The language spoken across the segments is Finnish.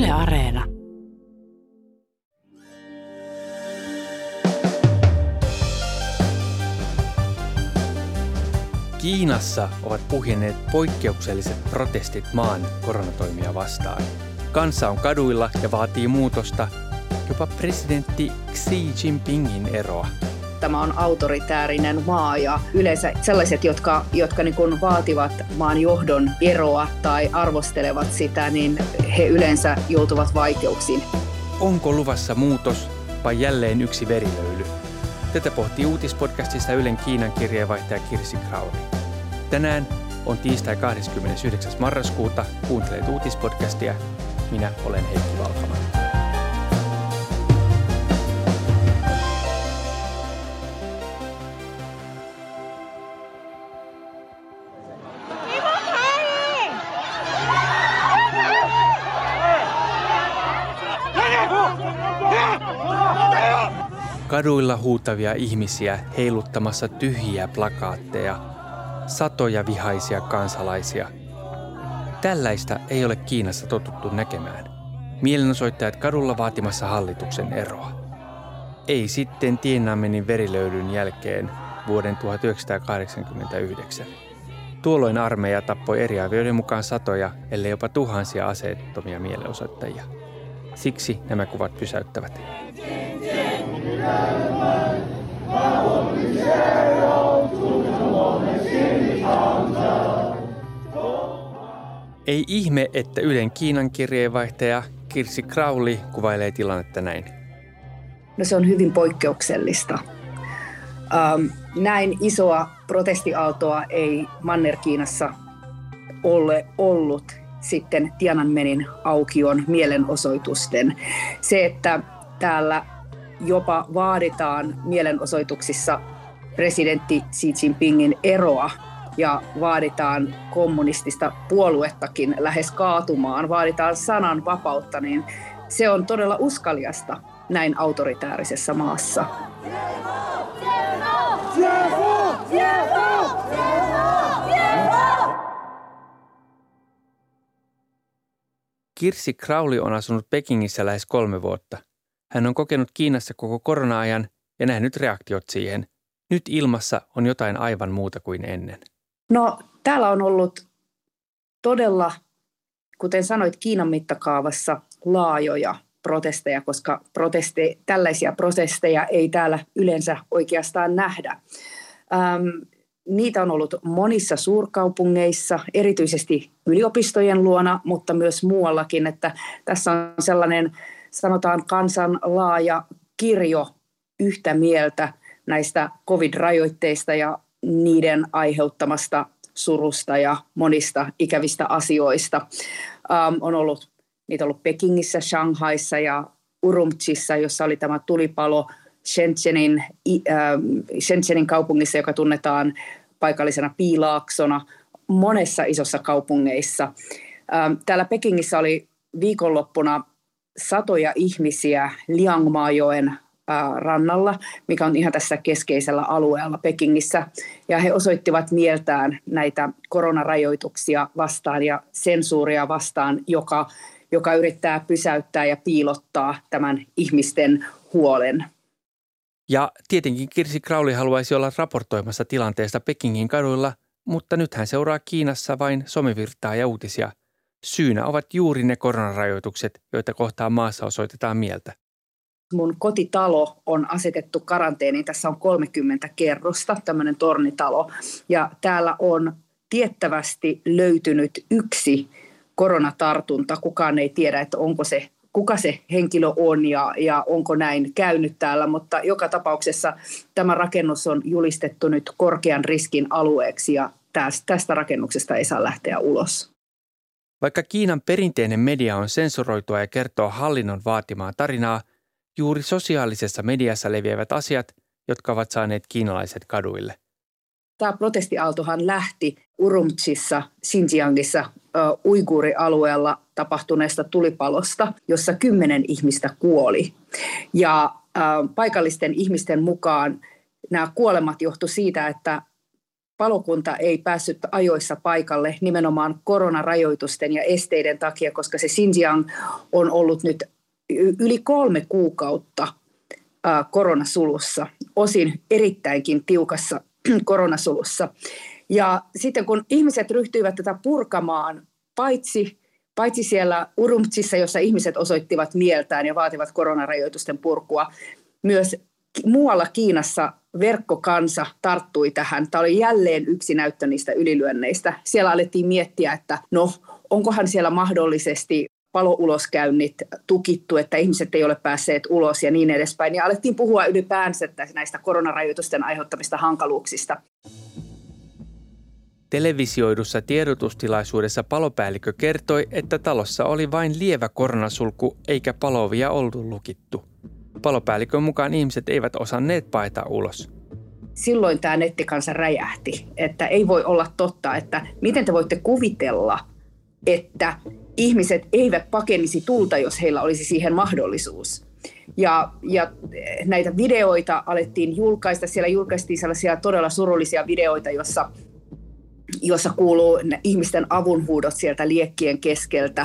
Yle Areena. Kiinassa ovat puhjenneet poikkeukselliset protestit maan koronatoimia vastaan. Kansa on kaduilla ja vaatii muutosta, jopa presidentti Xi Jinpingin eroa. Tämä on autoritäärinen maa ja yleensä sellaiset, jotka niin kuin vaativat maan johdon eroa tai arvostelevat sitä, niin he yleensä joutuvat vaikeuksiin. Onko luvassa muutos vai jälleen yksi verilöyly? Tätä pohtii uutispodcastissa Ylen Kiinan kirjeenvaihtaja Kirsi Crowley. Tänään on tiistai 29. marraskuuta. Kuuntelet uutispodcastia. Minä olen Heikki Valkaman. Kaduilla huutavia ihmisiä heiluttamassa tyhjiä plakaatteja, satoja vihaisia kansalaisia. Tällaista ei ole Kiinassa totuttu näkemään. Mielenosoittajat kadulla vaatimassa hallituksen eroa. Ei sitten Tiananmenin verilöylyn jälkeen vuoden 1989. Tuolloin armeija tappoi eri arvioiden mukaan satoja, ellei jopa tuhansia aseettomia mielenosoittajia. Siksi nämä kuvat pysäyttävät. Ei ihme, että Ylen Kiinan kirjeenvaihtaja Kirsi Crowley kuvailee tilannetta näin. No se on hyvin poikkeuksellista. Näin isoa protestiaaltoa ei Manner-Kiinassa ole ollut sitten Tiananmenin aukion mielenosoitusten. Se, että täällä jopa vaaditaan mielenosoituksissa presidentti Xi Jinpingin eroa ja vaaditaan kommunistista puoluettakin lähes kaatumaan, vaaditaan sananvapautta, niin se on todella uskaliasta näin autoritäärisessä maassa. Kirsi Crowley on asunut Pekingissä lähes 3 vuotta. Hän on kokenut Kiinassa koko korona-ajan ja nähnyt reaktiot siihen. Nyt ilmassa on jotain aivan muuta kuin ennen. No, täällä on ollut todella, kuten sanoit, Kiinan mittakaavassa laajoja protesteja, koska tällaisia protesteja ei täällä yleensä oikeastaan nähdä. Niitä on ollut monissa suurkaupungeissa, erityisesti yliopistojen luona, mutta myös muuallakin, että tässä on sellainen, sanotaan, kansan laaja kirjo yhtä mieltä näistä covid-rajoitteista ja niiden aiheuttamasta surusta ja monista ikävistä asioista. Niitä on ollut Pekingissä, Shanghaissa ja Urumqissa, jossa oli tämä tulipalo Shenzhenin kaupungissa, joka tunnetaan paikallisena piilaaksona, monessa isossa kaupungeissa. Täällä Pekingissä oli viikonloppuna satoja ihmisiä Liangmajoen rannalla, mikä on ihan tässä keskeisellä alueella Pekingissä. Ja he osoittivat mieltään näitä koronarajoituksia vastaan ja sensuuria vastaan, joka yrittää pysäyttää ja piilottaa tämän ihmisten huolen. Ja tietenkin Kirsi Crowley haluaisi olla raportoimassa tilanteesta Pekingin kaduilla, mutta nyt hän seuraa Kiinassa vain somevirtaa ja uutisia. Syynä ovat juuri ne koronarajoitukset, joita kohtaan maassa osoitetaan mieltä. Mun kotitalo on asetettu karanteeniin. Tässä on 30 kerrosta, tämmöinen tornitalo. Ja täällä on tiettävästi löytynyt yksi koronatartunta. Kukaan ei tiedä, että kuka se henkilö on ja onko näin käynyt täällä. Mutta joka tapauksessa tämä rakennus on julistettu nyt korkean riskin alueeksi ja tästä rakennuksesta ei saa lähteä ulos. Vaikka Kiinan perinteinen media on sensuroitua ja kertoo hallinnon vaatimaa tarinaa, juuri sosiaalisessa mediassa leviävät asiat, jotka ovat saaneet kiinalaiset kaduille. Tämä protestiaaltohan lähti Urumqissa, Xinjiangissa, uiguurialueella tapahtuneesta tulipalosta, jossa 10 ihmistä kuoli. Ja paikallisten ihmisten mukaan nämä kuolemat johtuivat siitä, että palokunta ei päässyt ajoissa paikalle nimenomaan koronarajoitusten ja esteiden takia, koska se Xinjiang on ollut nyt yli 3 kuukautta koronasulussa, osin erittäinkin tiukassa koronasulussa. Ja sitten kun ihmiset ryhtyivät tätä purkamaan, paitsi siellä Urumtsissa, jossa ihmiset osoittivat mieltään ja vaativat koronarajoitusten purkua, myös muualla Kiinassa verkkokansa tarttui tähän. Tämä oli jälleen yksi näyttö niistä ylilyönneistä. Siellä alettiin miettiä, että onkohan siellä mahdollisesti palouloskäynnit tukittu, että ihmiset ei ole päässeet ulos ja niin edespäin. Ja alettiin puhua ylipäänsä näistä koronarajoitusten aiheuttamista hankaluuksista. Televisioidussa tiedotustilaisuudessa palopäällikkö kertoi, että talossa oli vain lievä koronasulku eikä palovia oltu lukittu. Palopäällikön mukaan ihmiset eivät osanneet paeta ulos. Silloin tämä nettikansa räjähti, että ei voi olla totta, että miten te voitte kuvitella, että ihmiset eivät pakenisi tulta, jos heillä olisi siihen mahdollisuus. Ja näitä videoita alettiin julkaista. Siellä julkaistiin sellaisia todella surullisia videoita, jossa kuuluu ihmisten avunhuudot sieltä liekkien keskeltä.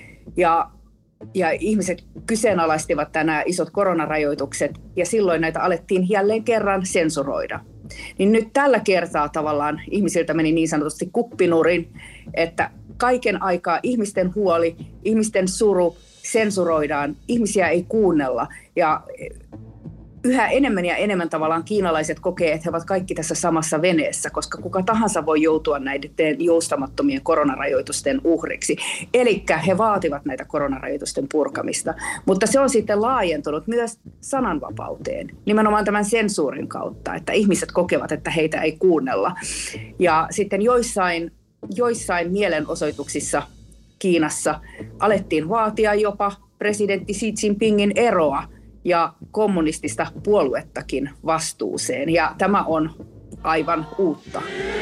Ja ihmiset kyseenalaistivat nämä isot koronarajoitukset ja silloin näitä alettiin jälleen kerran sensuroida. Niin nyt tällä kertaa tavallaan ihmisiltä meni niin sanotusti kuppinurin, että kaiken aikaa ihmisten huoli, ihmisten suru sensuroidaan, ihmisiä ei kuunnella ja yhä enemmän ja enemmän tavallaan kiinalaiset kokee, että he ovat kaikki tässä samassa veneessä, koska kuka tahansa voi joutua näiden joustamattomien koronarajoitusten uhriksi. Eli he vaativat näitä koronarajoitusten purkamista, mutta se on sitten laajentunut myös sananvapauteen, nimenomaan tämän sensuurin kautta, että ihmiset kokevat, että heitä ei kuunnella. Ja sitten joissain mielenosoituksissa Kiinassa alettiin vaatia jopa presidentti Xi Jinpingin eroa ja kommunistista puoluettakin vastuuseen. Ja tämä on aivan uutta.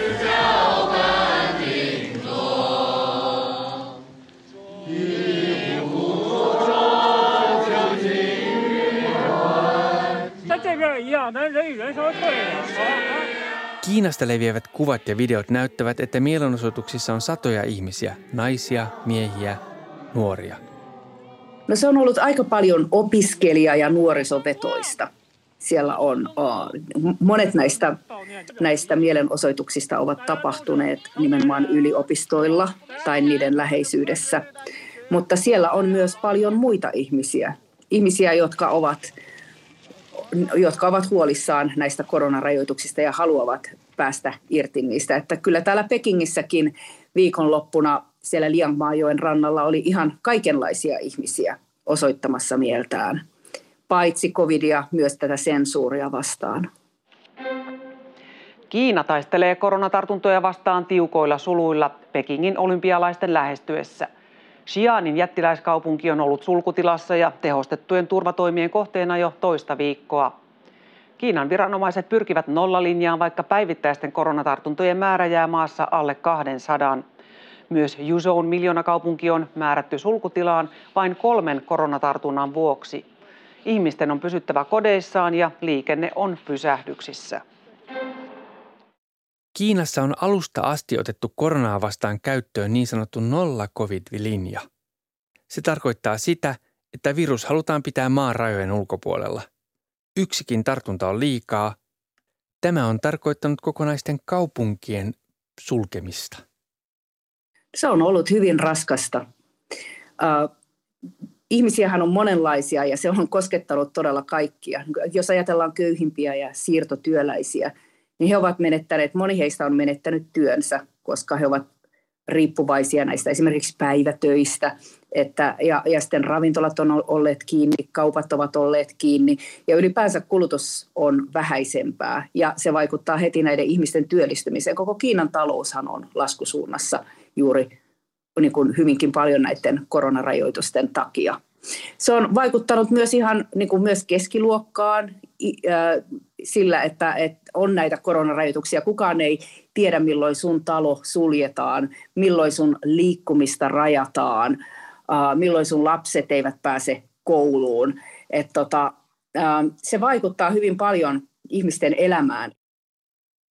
Kiinasta leviävät kuvat ja videot näyttävät, että mielenosoituksissa on satoja ihmisiä, naisia, miehiä, nuoria. No se on ollut aika paljon opiskelija- ja nuorisovetoista. Siellä on monet näistä mielenosoituksista ovat tapahtuneet nimenomaan yliopistoilla tai niiden läheisyydessä. Mutta siellä on myös paljon muita ihmisiä, jotka ovat huolissaan näistä koronarajoituksista ja haluavat päästä irti niistä. Että kyllä täällä Pekingissäkin viikonloppuna siellä Liangmajoen rannalla oli ihan kaikenlaisia ihmisiä osoittamassa mieltään, paitsi covidia, myös tätä sensuuria vastaan. Kiina taistelee koronatartuntoja vastaan tiukoilla suluilla Pekingin olympialaisten lähestyessä. Xi'anin jättiläiskaupunki on ollut sulkutilassa ja tehostettujen turvatoimien kohteena jo toista viikkoa. Kiinan viranomaiset pyrkivät nollalinjaan, vaikka päivittäisten koronatartuntojen määrä jää maassa alle 200. Myös Yuzhoun miljoonakaupunki on määrätty sulkutilaan vain 3 koronatartunnan vuoksi. Ihmisten on pysyttävä kodeissaan ja liikenne on pysähdyksissä. Kiinassa on alusta asti otettu koronaa vastaan käyttöön niin sanottu nolla-covid-linja. Se tarkoittaa sitä, että virus halutaan pitää maan rajojen ulkopuolella. Yksikin tartunta on liikaa. Tämä on tarkoittanut kokonaisten kaupunkien sulkemista. Se on ollut hyvin raskasta. Ihmisiähän on monenlaisia ja se on koskettanut todella kaikkia. Jos ajatellaan köyhimpiä ja siirtotyöläisiä, niin moni heistä on menettänyt työnsä, koska he ovat riippuvaisia näistä esimerkiksi päivätöistä. Ja sitten ravintolat on olleet kiinni, kaupat ovat olleet kiinni ja ylipäänsä kulutus on vähäisempää. Ja se vaikuttaa heti näiden ihmisten työllistymiseen. Koko Kiinan taloushan on laskusuunnassa juuri niin kuin hyvinkin paljon näiden koronarajoitusten takia. Se on vaikuttanut myös ihan niin kuin myös keskiluokkaan sillä, että on näitä koronarajoituksia. Kukaan ei tiedä, milloin sun talo suljetaan, milloin sun liikkumista rajataan, milloin sun lapset eivät pääse kouluun. Se vaikuttaa hyvin paljon ihmisten elämään.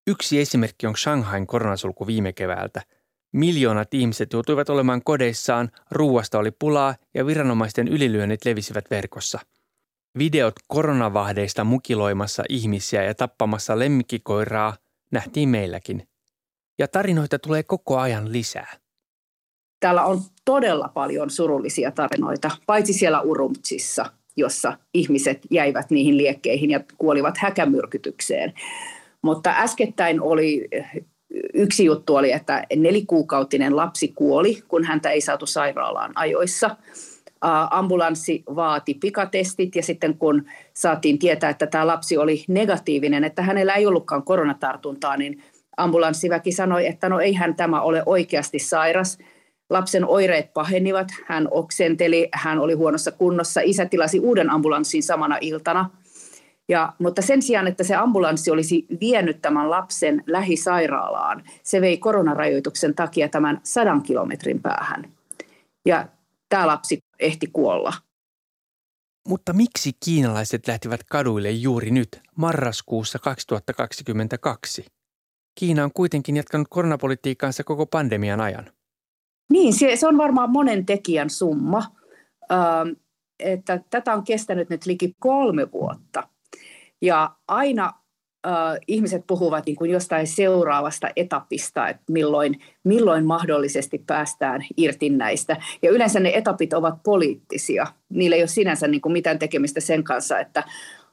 Yksi esimerkki on Shanghain koronasulku viime keväältä. Miljoonat ihmiset joutuivat olemaan kodeissaan, ruuasta oli pulaa ja viranomaisten ylilyönnit levisivät verkossa. Videot koronavahdeista mukiloimassa ihmisiä ja tappamassa lemmikkikoiraa nähtiin meilläkin. Ja tarinoita tulee koko ajan lisää. Täällä on todella paljon surullisia tarinoita, paitsi siellä Urumtsissa, jossa ihmiset jäivät niihin liekkeihin ja kuolivat häkämyrkytykseen. Mutta äskettäin yksi juttu oli, että 4-kuukautinen lapsi kuoli, kun häntä ei saatu sairaalaan ajoissa. Ambulanssi vaati pikatestit ja sitten kun saatiin tietää, että tämä lapsi oli negatiivinen, että hänellä ei ollutkaan koronatartuntaa, niin ambulanssiväki sanoi, että no eihän tämä ole oikeasti sairas. Lapsen oireet pahenivat, hän oksenteli, hän oli huonossa kunnossa. Isä tilasi uuden ambulanssin samana iltana. Mutta sen sijaan, että se ambulanssi olisi vienyt tämän lapsen lähisairaalaan, se vei koronarajoituksen takia tämän 100 kilometrin päähän. Ja tämä lapsi ehti kuolla. Mutta miksi kiinalaiset lähtivät kaduille juuri nyt, marraskuussa 2022? Kiina on kuitenkin jatkanut koronapolitiikkaansa koko pandemian ajan. Niin, se on varmaan monen tekijän summa. Että tätä on kestänyt nyt liki 3 vuotta. Ja aina ihmiset puhuvat niin kuin jostain seuraavasta etapista, että milloin mahdollisesti päästään irti näistä. Ja yleensä ne etapit ovat poliittisia. Niillä ei ole sinänsä niin kuin mitään tekemistä sen kanssa, että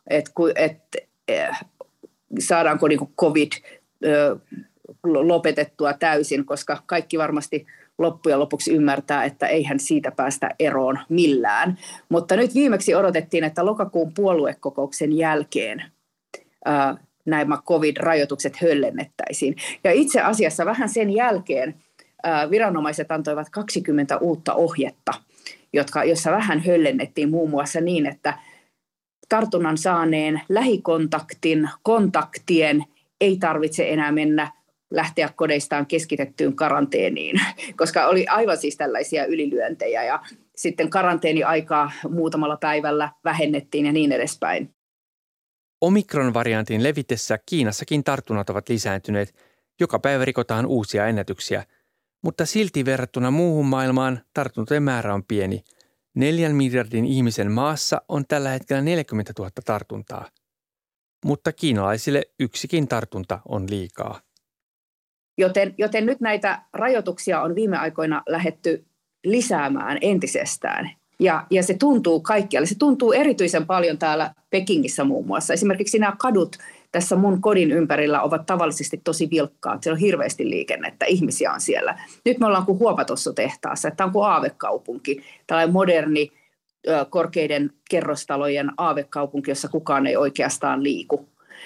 saadaanko niin kuin COVID lopetettua täysin, koska kaikki varmasti loppujen lopuksi ymmärtää, että eihän siitä päästä eroon millään. Mutta nyt viimeksi odotettiin, että lokakuun puoluekokouksen jälkeen nämä COVID-rajoitukset höllennettäisiin. Ja itse asiassa vähän sen jälkeen viranomaiset antoivat 20 uutta ohjetta, jossa vähän höllennettiin muun muassa niin, että tartunnan saaneen kontaktien ei tarvitse enää lähteä kodeistaan keskitettyyn karanteeniin, koska oli aivan siis tällaisia ylilyöntejä ja sitten karanteeniaikaa muutamalla päivällä vähennettiin ja niin edespäin. Omikron-variantin levitessä Kiinassakin tartunnat ovat lisääntyneet. Joka päivä rikotaan uusia ennätyksiä. Mutta silti verrattuna muuhun maailmaan tartuntojen määrä on pieni. 4 miljardin ihmisen maassa on tällä hetkellä 40 000 tartuntaa. Mutta kiinalaisille yksikin tartunta on liikaa. Joten nyt näitä rajoituksia on viime aikoina lähdetty lisäämään entisestään. Ja se tuntuu kaikkialle. Se tuntuu erityisen paljon täällä Pekingissä muun muassa. Esimerkiksi nämä kadut tässä mun kodin ympärillä ovat tavallisesti tosi vilkkaat. Siellä on hirveästi liikennettä, ihmisiä on siellä. Nyt me ollaan kuin Huopatosso-tehtaassa. Tämä on kuin aavekaupunki. Tällainen moderni, korkeiden kerrostalojen aavekaupunki, jossa kukaan ei oikeastaan liiku.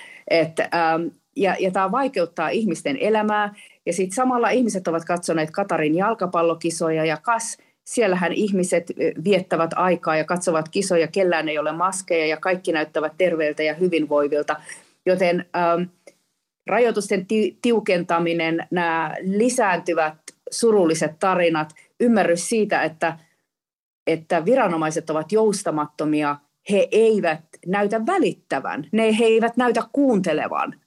Ja tämä vaikeuttaa ihmisten elämää. Ja sitten samalla ihmiset ovat katsoneet Katarin jalkapallokisoja ja siellähän ihmiset viettävät aikaa ja katsovat kisoja, kellään ei ole maskeja ja kaikki näyttävät terveiltä ja hyvinvoivilta. Joten rajoitusten tiukentaminen, nämä lisääntyvät surulliset tarinat, ymmärrys siitä, että viranomaiset ovat joustamattomia, he eivät näytä välittävän, he eivät näytä kuuntelevan.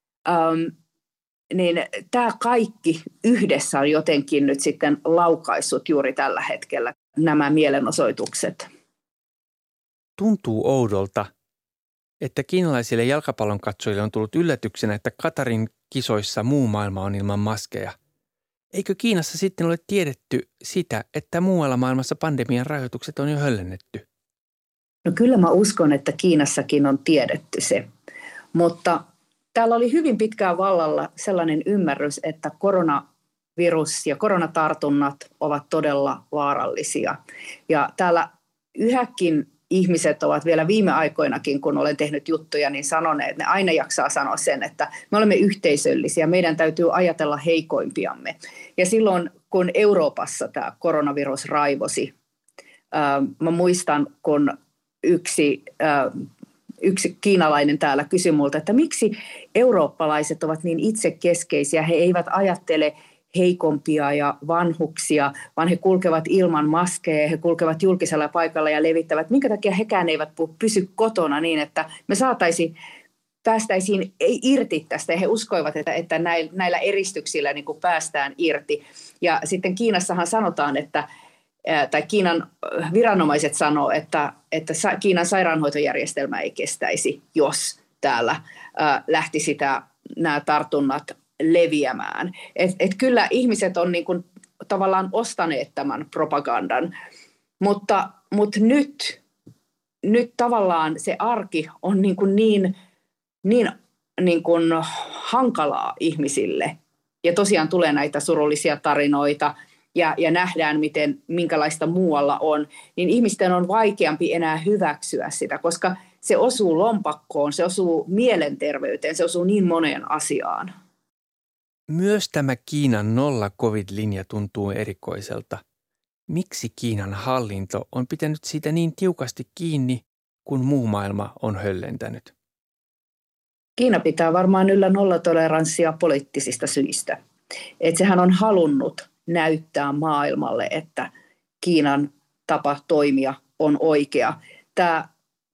Niin tämä kaikki yhdessä on jotenkin nyt sitten laukaissut juuri tällä hetkellä nämä mielenosoitukset. Tuntuu oudolta, että kiinalaisille jalkapallon katsojille on tullut yllätyksenä, että Katarin kisoissa muu maailma on ilman maskeja. Eikö Kiinassa sitten ole tiedetty sitä, että muualla maailmassa pandemian rajoitukset on jo höllennetty? No kyllä mä uskon, että Kiinassakin on tiedetty se, mutta täällä oli hyvin pitkään vallalla sellainen ymmärrys, että koronavirus ja koronatartunnat ovat todella vaarallisia. Ja täällä yhäkin ihmiset ovat vielä viime aikoinakin, kun olen tehnyt juttuja, niin sanoneet, ne aina jaksaa sanoa sen, että me olemme yhteisöllisiä, meidän täytyy ajatella heikoimpiamme. Ja silloin, kun Euroopassa tämä koronavirus raivosi, mä muistan, kun yksi kiinalainen täällä kysyi multa, että miksi eurooppalaiset ovat niin itsekeskeisiä, he eivät ajattele heikompia ja vanhuksia, vaan he kulkevat ilman maskeja, he kulkevat julkisella paikalla ja levittävät. Minkä takia hekään eivät pysy kotona niin, että me saataisiin päästäisiin irti tästä. Ja he uskoivat, että näillä eristyksillä niin kuin päästään irti. Ja sitten Kiinassahan sanotaan, tai Kiinan viranomaiset sanoo, että Kiinan sairaanhoitojärjestelmä ei kestäisi, jos täällä lähtisi nämä tartunnat leviämään. Et kyllä ihmiset on niin kuin tavallaan ostaneet tämän propagandan, mutta nyt tavallaan se arki on niin kuin hankalaa ihmisille. Ja tosiaan tulee näitä surullisia tarinoita ja nähdään, minkälaista muualla on, niin ihmisten on vaikeampi enää hyväksyä sitä, koska se osuu lompakkoon, se osuu mielenterveyteen, se osuu niin moneen asiaan. Myös tämä Kiinan nolla-covid-linja tuntuu erikoiselta. Miksi Kiinan hallinto on pitänyt siitä niin tiukasti kiinni, kun muu maailma on höllentänyt? Kiina pitää varmaan yllä nollatoleranssia poliittisista syistä. Et sehän on halunnut näyttää maailmalle, että Kiinan tapa toimia on oikea. Tämä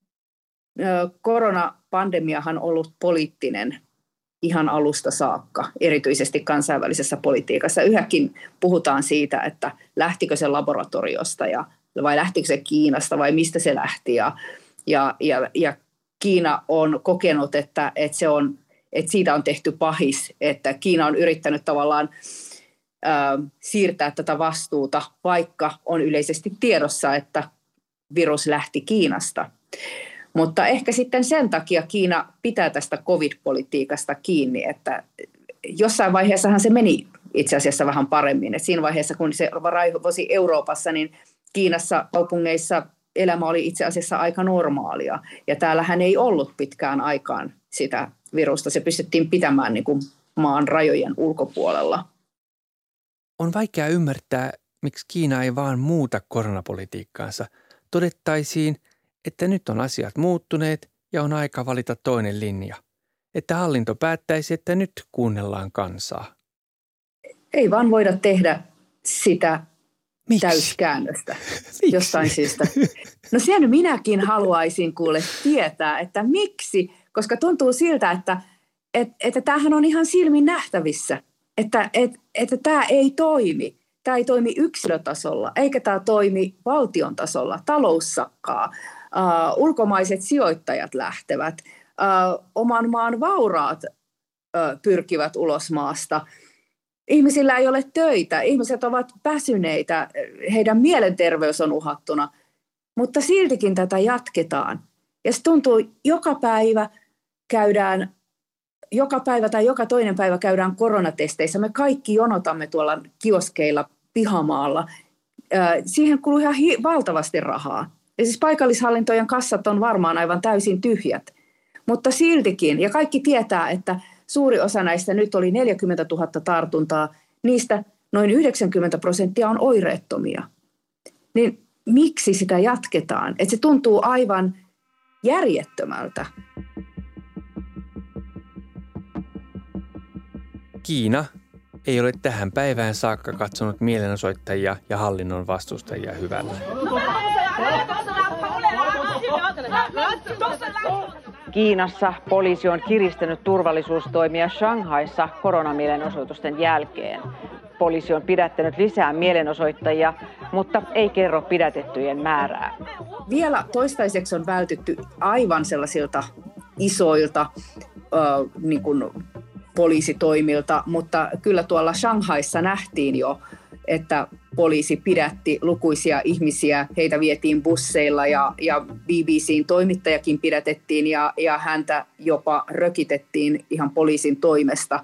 koronapandemiahan on ollut poliittinen ihan alusta saakka, erityisesti kansainvälisessä politiikassa. Yhäkin puhutaan siitä, että lähtikö se laboratoriosta vai lähtikö se Kiinasta vai mistä se lähti. Ja Kiina on kokenut, että siitä on tehty pahis, että Kiina on yrittänyt tavallaan siirtää tätä vastuuta, vaikka on yleisesti tiedossa, että virus lähti Kiinasta. Mutta ehkä sitten sen takia Kiina pitää tästä covid-politiikasta kiinni, että jossain vaiheessahan se meni itse asiassa vähän paremmin. Et siinä vaiheessa, kun se raivosi Euroopassa, niin Kiinassa kaupungeissa elämä oli itse asiassa aika normaalia. Ja täällähän ei ollut pitkään aikaan sitä virusta. Se pystyttiin pitämään niin kuin maan rajojen ulkopuolella. On vaikea ymmärtää, miksi Kiina ei vaan muuta koronapolitiikkaansa. Todettaisiin, että nyt on asiat muuttuneet ja on aika valita toinen linja. Että hallinto päättäisi, että nyt kuunnellaan kansaa. Ei vaan voida tehdä sitä Miksi? Täyskäännöstä jostain syystä. No sen minäkin haluaisin kuule tietää, että miksi, koska tuntuu siltä, että tämähän on ihan silmin nähtävissä, että tämä ei toimi. Tämä ei toimi yksilötasolla, eikä tämä toimi valtion tasolla, taloussakkaa. Ulkomaiset sijoittajat lähtevät, oman maan vauraat pyrkivät ulos maasta. Ihmisillä ei ole töitä, ihmiset ovat väsyneitä, heidän mielenterveys on uhattuna, mutta siltikin tätä jatketaan. Ja se tuntuu, joka päivä tai joka toinen päivä käydään koronatesteissä. Me kaikki jonotamme tuolla kioskeilla pihamaalla. Siihen kuluu ihan valtavasti rahaa. Ja siis paikallishallintojen kassat on varmaan aivan täysin tyhjät. Mutta siltikin, ja kaikki tietää, että suuri osa näistä nyt oli 40 000 tartuntaa, niistä noin 90% on oireettomia. Niin miksi sitä jatketaan? Että se tuntuu aivan järjettömältä. Kiina ei ole tähän päivään saakka katsonut mielenosoittajia ja hallinnon vastustajia hyvällä. Kiinassa poliisi on kiristänyt turvallisuustoimia Shanghaissa koronamielenosoitusten jälkeen. Poliisi on pidättänyt lisää mielenosoittajia, mutta ei kerro pidätettyjen määrää. Vielä toistaiseksi on vältytty aivan sellaisilta isoilta niin kuin poliisitoimilta, mutta kyllä tuolla Shanghaissa nähtiin jo, että poliisi pidätti lukuisia ihmisiä, heitä vietiin busseilla ja BBC:n toimittajakin pidätettiin ja häntä jopa rökitettiin ihan poliisin toimesta.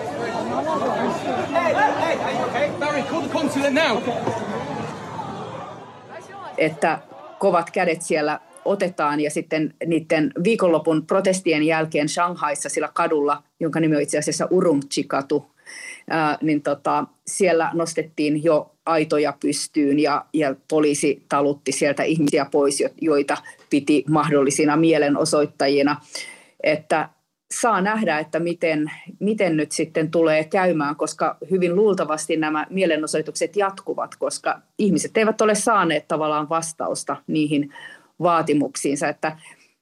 Että kovat kädet siellä otetaan ja sitten niiden viikonlopun protestien jälkeen Shanghaissa sillä kadulla, jonka nimi on itse asiassa Urumqi-katu, niin siellä nostettiin jo aitoja pystyyn ja poliisi talutti sieltä ihmisiä pois, joita piti mahdollisina mielenosoittajina. Että saa nähdä, että miten nyt sitten tulee käymään, koska hyvin luultavasti nämä mielenosoitukset jatkuvat, koska ihmiset eivät ole saaneet tavallaan vastausta niihin vaatimuksiinsa, että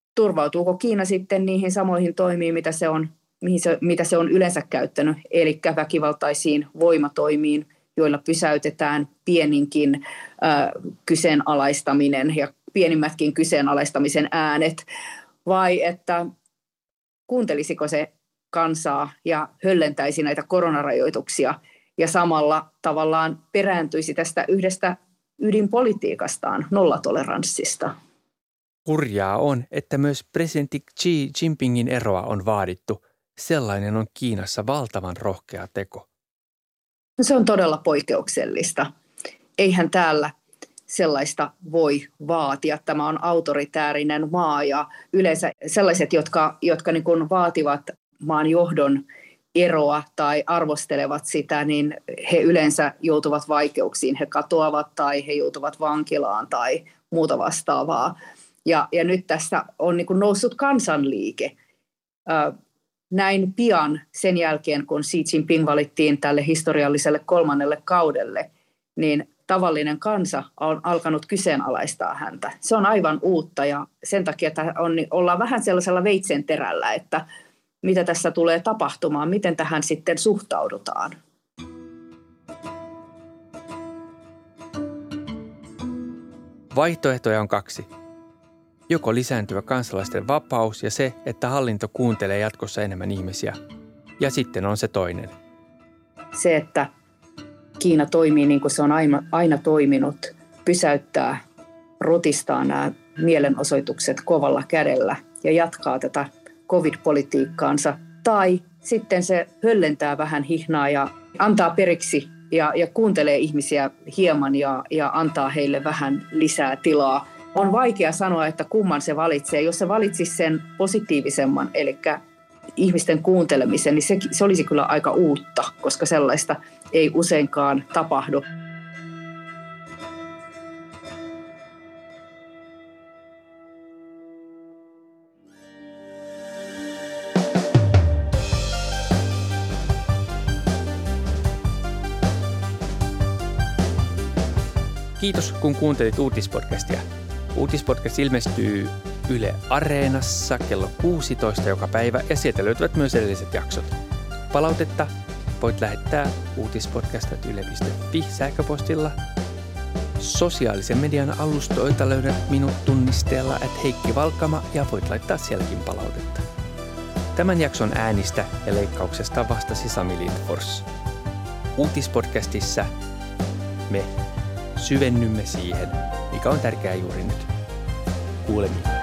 turvautuuko Kiina sitten niihin samoihin toimiin, mitä se on yleensä käyttänyt, eli väkivaltaisiin voimatoimiin, joilla pysäytetään pieninkin kyseenalaistaminen ja pienimmätkin kyseenalaistamisen äänet, vai että kuuntelisiko se kansaa ja höllentäisi näitä koronarajoituksia ja samalla tavallaan perääntyisi tästä yhdestä ydinpolitiikastaan, nollatoleranssista. Hurjaa on, että myös presidentti Xi Jinpingin eroa on vaadittu. Sellainen on Kiinassa valtavan rohkea teko. No se on todella poikkeuksellista. Eihän täällä sellaista voi vaatia. Tämä on autoritäärinen maa ja yleensä sellaiset, jotka niin kuin vaativat maan johdon eroa tai arvostelevat sitä, niin he yleensä joutuvat vaikeuksiin. He katoavat tai he joutuvat vankilaan tai muuta vastaavaa. Ja nyt tässä on niin kuin noussut kansanliike. Näin pian sen jälkeen, kun Xi Jinping valittiin tälle historialliselle 3. kaudelle, niin tavallinen kansa on alkanut kyseenalaistaa häntä. Se on aivan uutta ja sen takia että ollaan vähän sellaisella veitsenterällä, että mitä tässä tulee tapahtumaan, miten tähän sitten suhtaudutaan. Vaihtoehtoja on 2. Joko lisääntyvä kansalaisten vapaus ja se, että hallinto kuuntelee jatkossa enemmän ihmisiä. Ja sitten on se toinen. Se, että Kiina toimii niin kuin se on aina toiminut, pysäyttää, rutistaa nämä mielenosoitukset kovalla kädellä ja jatkaa tätä covid-politiikkaansa. Tai sitten se höllentää vähän hihnaa ja antaa periksi ja kuuntelee ihmisiä hieman ja antaa heille vähän lisää tilaa. On vaikea sanoa, että kumman se valitsee. Jos se valitsisi sen positiivisemman, eli ihmisten kuuntelemisen, niin se olisi kyllä aika uutta, koska sellaista ei useinkaan tapahdu. Kiitos, kun kuuntelit Uutispodcastia. Uutispodcast ilmestyy Yle Areenassa kello 16 joka päivä ja sieltä löytyvät myös edelliset jaksot. Palautetta voit lähettää uutispodcast.yle.fi sähköpostilla. Sosiaalisen median alustoilta löydät minut tunnisteella @Heikki Valkama ja voit laittaa sielläkin palautetta. Tämän jakson äänistä ja leikkauksesta vastasi Sami Lindfors. Uutispodcastissa me syvennymme siihen, mikä on tärkeää juuri nyt. Kuulemiin.